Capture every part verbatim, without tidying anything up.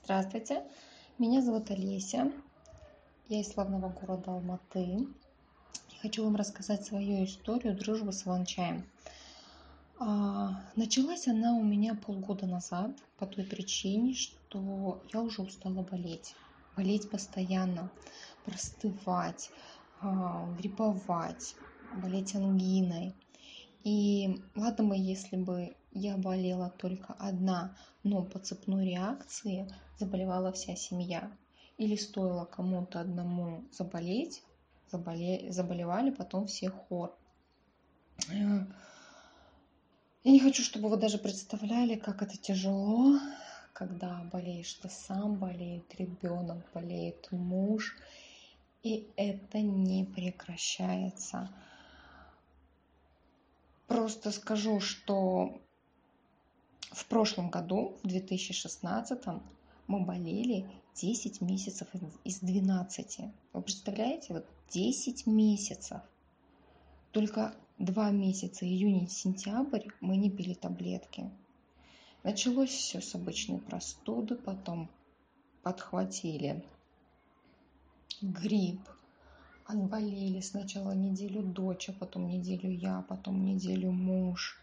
Здравствуйте, меня зовут Олеся, я из славного города Алматы. Я хочу вам рассказать свою историю дружбы с иван-чаем. А, началась она у меня полгода назад по той причине, что я уже устала болеть. Болеть постоянно, простывать, а, грипповать, болеть ангиной. И ладно бы, если бы я болела только одна, но по цепной реакции заболевала вся семья. Или стоило кому-то одному заболеть, заболе... заболевали потом все хор. Я не хочу, чтобы вы даже представляли, как это тяжело, когда болеешь ты сам, болеет ребенок, болеет муж, и это не прекращается. Просто скажу, что в прошлом году, в две тысячи шестнадцатом, мы болели десять месяцев из двенадцати. Вы представляете? Вот десять месяцев. Только два месяца, июнь и сентябрь, мы не пили таблетки. Началось все с обычной простуды, потом подхватили грипп, отболели сначала неделю дочь, а потом неделю я, потом неделю муж.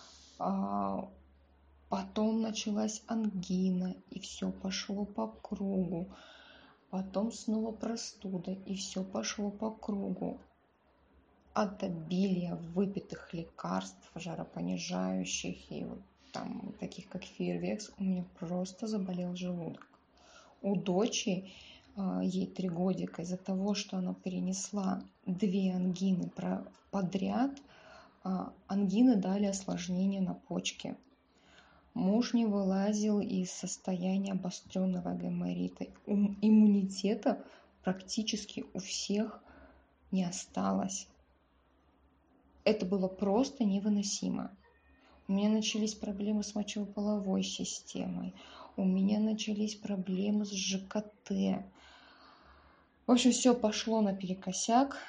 Потом началась ангина, и все пошло по кругу. Потом снова простуда, и все пошло по кругу. От обилия выпитых лекарств, жаропонижающих и вот там таких как Фейерверкс, у меня просто заболел желудок. У дочери, ей три годика, из-за того, что она перенесла две ангины подряд, ангины дали осложнение на почке. Муж не вылазил из состояния обостренного гайморита. Иммунитета практически у всех не осталось. Это было просто невыносимо. У меня начались проблемы с мочеполовой системой. У меня начались проблемы с ЖКТ. В общем, все пошло наперекосяк.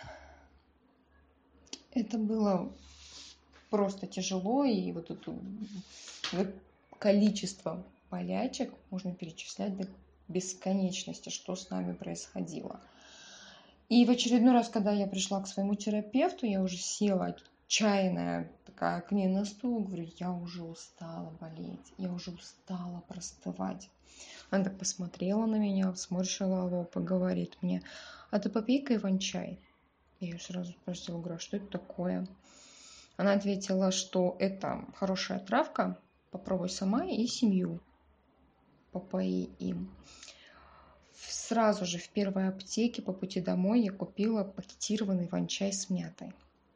Это было просто тяжело. И вот это количество болячек можно перечислять до бесконечности, что с нами происходило. И в очередной раз, когда я пришла к своему терапевту, я уже села отчаянная такая к ней на стул, говорю, я уже устала болеть, я уже устала простывать. Она так посмотрела на меня, сморщила лоб и говорит мне, а ты попей-ка иван-чай. Я ее сразу спросила, говорю, а что это такое? Она ответила, что это хорошая травка, попробуй сама и семью попои им. Сразу же в первой аптеке по пути домой я купила пакетированный иван-чай с мятой.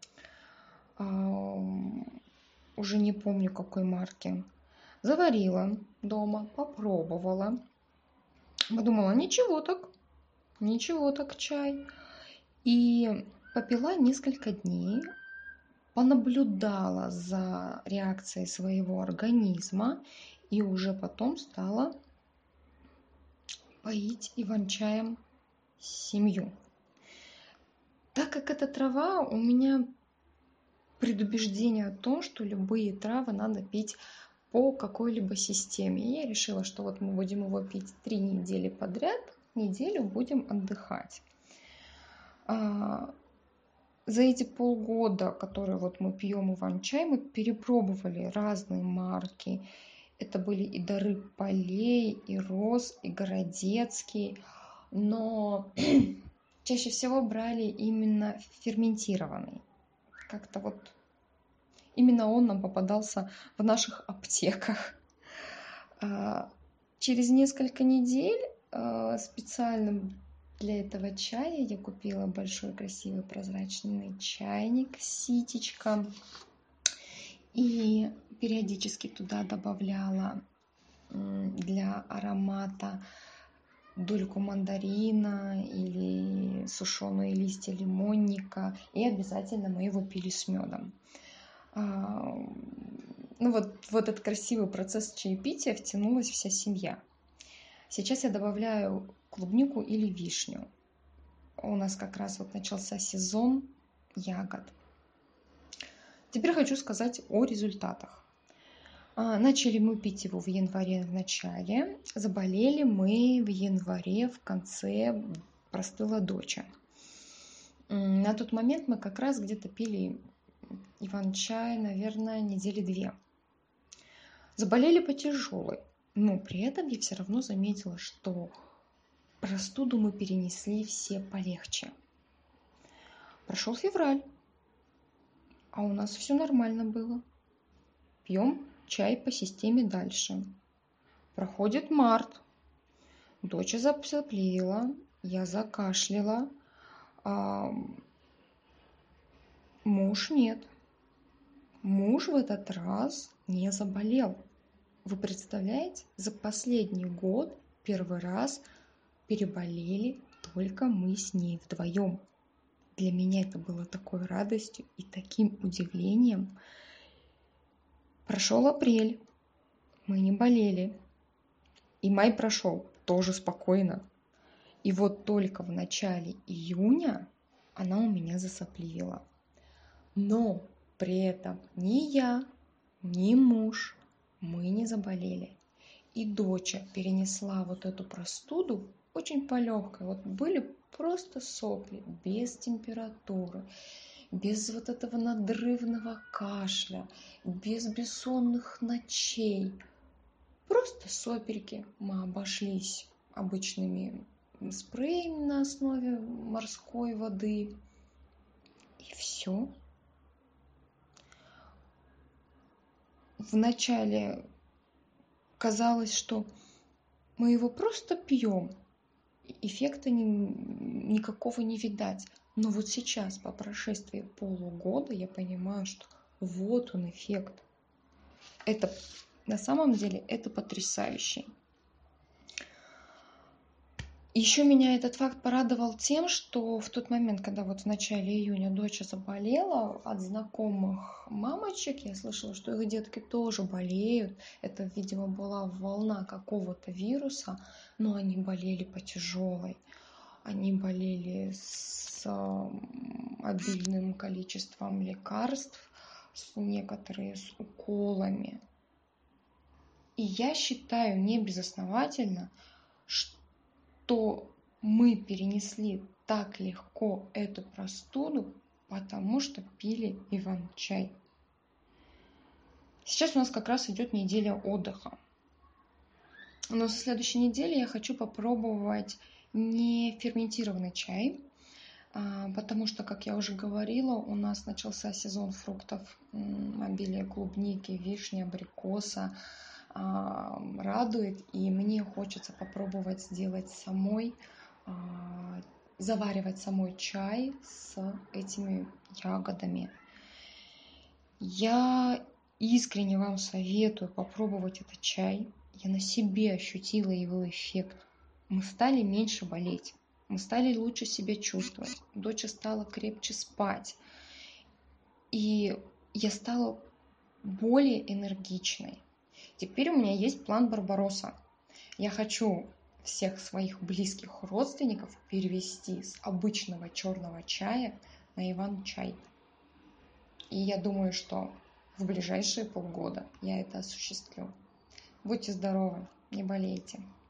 А, уже не помню какой марки. Заварила дома, попробовала. Подумала, ничего так, ничего так чай. И попила несколько дней. Понаблюдала за реакцией своего организма и уже потом стала поить иван-чаем семью. Так как это трава, у меня предубеждение о том, что любые травы надо пить по какой-либо системе. И я решила, что вот мы будем его пить три недели подряд, неделю будем отдыхать. За эти полгода, которые вот мы пьем иван-чай, мы перепробовали разные марки. Это были и Дары полей, и Роз, и Городецкий. Но чаще всего брали именно ферментированный. Как-то вот именно он нам попадался в наших аптеках. Через несколько недель специально для этого чая я купила большой красивый прозрачный чайник с ситечком и периодически туда добавляла для аромата дольку мандарина или сушеные листья лимонника, и обязательно мы его пили с медом. Ну вот в этот красивый процесс чаепития втянулась вся семья. Сейчас я добавляю клубнику или вишню. У нас как раз вот начался сезон ягод. Теперь хочу сказать о результатах. Начали мы пить его в январе в начале, заболели мы в январе, в конце простыла доча. На тот момент мы как раз где-то пили иван-чай, наверное, недели две. Заболели по тяжелой, но при этом я все равно заметила, что простуду мы перенесли все полегче. Прошел февраль, а у нас все нормально было. Пьем чай по системе дальше. Проходит март, дочь засопливила, я закашляла, а муж нет. Муж в этот раз не заболел. Вы представляете, за последний год первый раз переболели только мы с ней вдвоем. Для меня это было такой радостью и таким удивлением. Прошел апрель, мы не болели. И май прошел тоже спокойно. И вот только в начале июня она у меня засопливила. Но при этом ни я, ни муж, мы не заболели. И доча перенесла вот эту простуду очень полегкой. Вот были просто сопли, без температуры, без вот этого надрывного кашля, без бессонных ночей. Просто сопельки. Мы обошлись обычными спреями на основе морской воды. И все. Вначале казалось, что мы его просто пьем. Эффекта ни, никакого не видать. Но вот сейчас, по прошествии полугода, я понимаю, что вот он эффект. Это на самом деле это потрясающе. Еще меня этот факт порадовал тем, что в тот момент, когда вот в начале июня дочь заболела, от знакомых мамочек я слышала, что их детки тоже болеют. Это, видимо, была волна какого-то вируса, но они болели по тяжелой. Они болели с обильным количеством лекарств, некоторые с уколами. И я считаю не безосновательно, что мы перенесли так легко эту простуду, потому что пили иван-чай. Сейчас у нас как раз идет неделя отдыха. Но со следующей недели я хочу попробовать не ферментированный чай, потому что, как я уже говорила, у нас начался сезон фруктов, обилие клубники, вишни, абрикоса радует, и мне хочется попробовать сделать самой, заваривать самой чай с этими ягодами. Я искренне вам советую попробовать этот чай. Я на себе ощутила его эффект. Мы стали меньше болеть, мы стали лучше себя чувствовать, дочь стала крепче спать, и я стала более энергичной. Теперь у меня есть план Барбаросса. Я хочу всех своих близких родственников перевести с обычного черного чая на иван-чай. И я думаю, что в ближайшие полгода я это осуществлю. Будьте здоровы, не болейте.